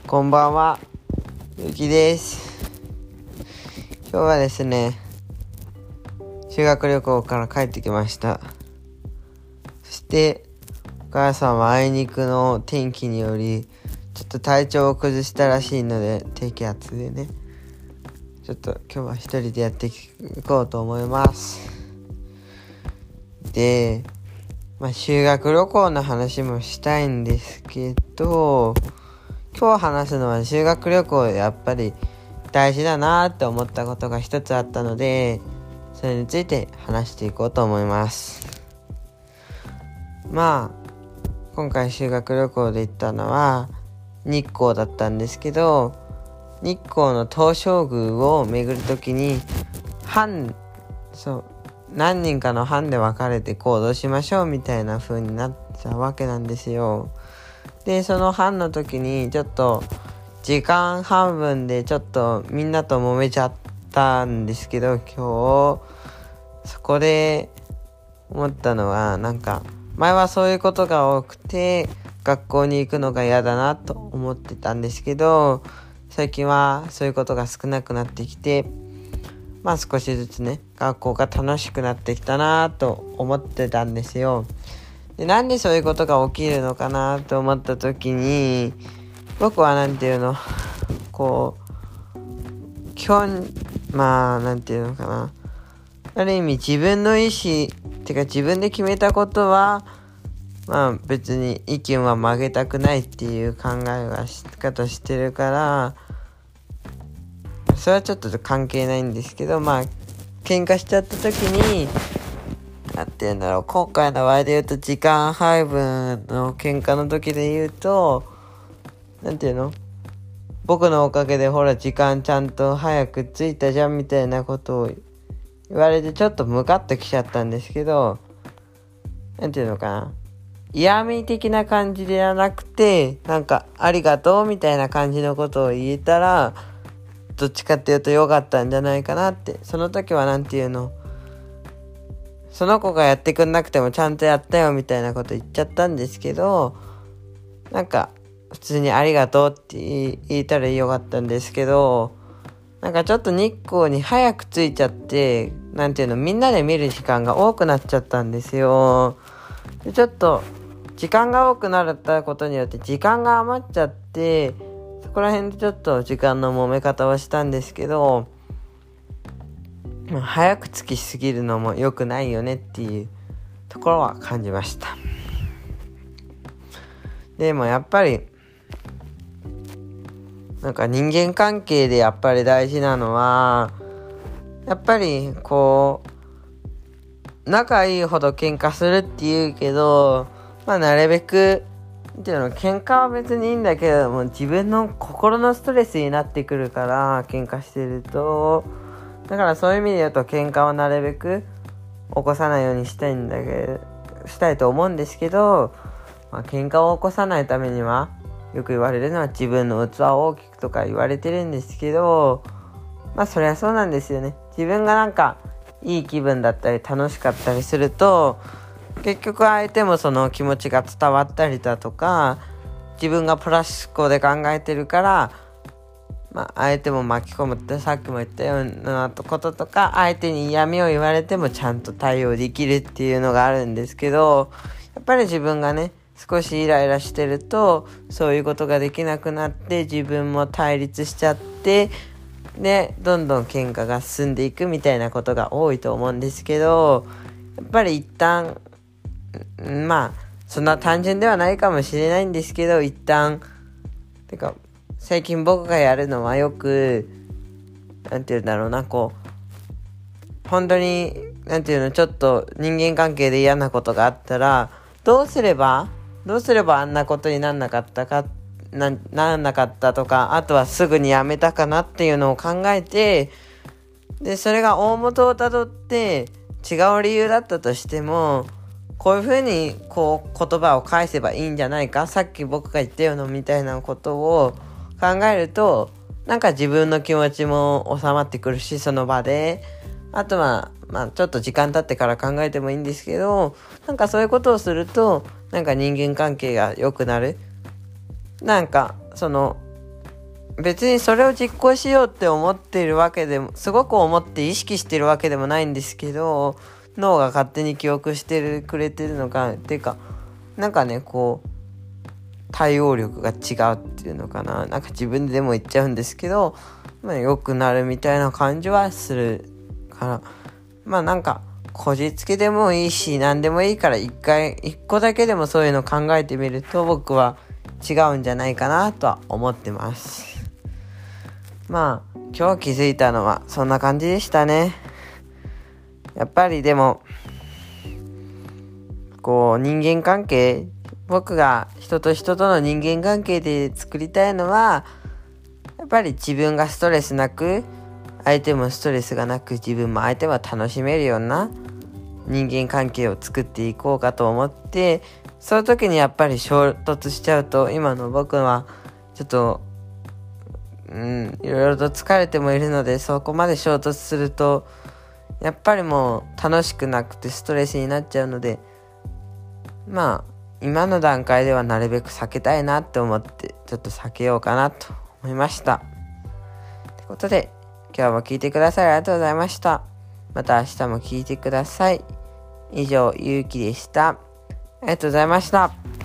こんばんは、ゆきです。今日はですね、修学旅行から帰ってきました。そしてお母さんはあいにくの天気によりちょっと体調を崩したらしいので、低気圧でね、ちょっと今日は一人でやっていこうと思います。で、修学旅行の話もしたいんですけど、今日話すのは修学旅行でやっぱり大事だなって思ったことが一つあったので、それについて話していこうと思います。今回修学旅行で行ったのは日光だったんですけど、日光の東照宮を巡るときに何人かの班で分かれて行動しましょうみたいな風になったわけなんですよ。で、その班の時にちょっと時間半分でちょっとみんなと揉めちゃったんですけど、今日そこで思ったのは、前はそういうことが多くて学校に行くのが嫌だなと思ってたんですけど、最近はそういうことが少なくなってきて、少しずつね、学校が楽しくなってきたなと思ってたんですよ。で、なんでそういうことが起きるのかなと思った時に、僕はある意味自分の意思自分で決めたことは別に意見は曲げたくないっていう考え方してるから、それはちょっと関係ないんですけど、喧嘩しちゃった時に今回の場合で言うと、時間配分の喧嘩の時で言うと、僕のおかげでほら時間ちゃんと早く着いたじゃんみたいなことを言われて、ちょっとムカッときちゃったんですけど、嫌味的な感じではなくて、ありがとうみたいな感じのことを言えたら、どっちかっていうと良かったんじゃないかなって。その時はその子がやってくんなくてもちゃんとやったよみたいなこと言っちゃったんですけど、普通にありがとうって言えたらよかったんですけど、ちょっと日光に早く着いちゃって、みんなで見る時間が多くなっちゃったんですよ。で、ちょっと時間が多くなったことによって時間が余っちゃって、そこら辺でちょっと時間の揉め方はしたんですけど、早く着きすぎるのも良くないよねっていうところは感じました。でもやっぱり人間関係でやっぱり大事なのは、やっぱり仲いいほど喧嘩するって言うけど、なるべく喧嘩は別にいいんだけども、自分の心のストレスになってくるから喧嘩してると、だからそういう意味で言うと喧嘩をなるべく起こさないようにしたいと思うんですけど、喧嘩を起こさないためには、よく言われるのは自分の器を大きくとか言われてるんですけど、そりゃそうなんですよね。自分がいい気分だったり楽しかったりすると、結局相手もその気持ちが伝わったりだとか、自分がプラス思考で考えてるから、相手も巻き込むって、さっきも言ったようなこととか、相手に嫌味を言われてもちゃんと対応できるっていうのがあるんですけど、やっぱり自分がね、少しイライラしてるとそういうことができなくなって、自分も対立しちゃって、でどんどん喧嘩が進んでいくみたいなことが多いと思うんですけど、やっぱり一旦そんな単純ではないかもしれないんですけど、最近僕がやるのはよく本当にちょっと人間関係で嫌なことがあったら、どうすればあんなことになんなかったとか、あとはすぐにやめたかなっていうのを考えて、でそれが大元をたどって違う理由だったとしても、こういう風に言葉を返せばいいんじゃないか、さっき僕が言ったようなみたいなことを考えると、自分の気持ちも収まってくるし、その場で、あとはちょっと時間経ってから考えてもいいんですけど、そういうことをすると人間関係が良くなる。 別にそれを実行しようって思っているわけでも、すごく思って意識しているわけでもないんですけど、脳が勝手に記憶してくれてるのかっていうか、なんかね、こう対応力が違うっていうのかな、なんか自分でも言っちゃうんですけど、良くなるみたいな感じはするから、なんかこじつけでもいいし何でもいいから一個だけでもそういうの考えてみると僕は違うんじゃないかなとは思ってます。今日気づいたのはそんな感じでしたね。やっぱりでもこう人間関係、僕が人と人との人間関係で作りたいのは、やっぱり自分がストレスなく、相手もストレスがなく、自分も相手も楽しめるような人間関係を作っていこうかと思って、その時にやっぱり衝突しちゃうと、今の僕はちょっといろいろと疲れてもいるので、そこまで衝突するとやっぱりもう楽しくなくてストレスになっちゃうので、今の段階ではなるべく避けたいなって思って、ちょっと避けようかなと思いました。ってことで今日も聞いてくださりありがとうございました。また明日も聞いてください。以上、ゆうきでした。ありがとうございました。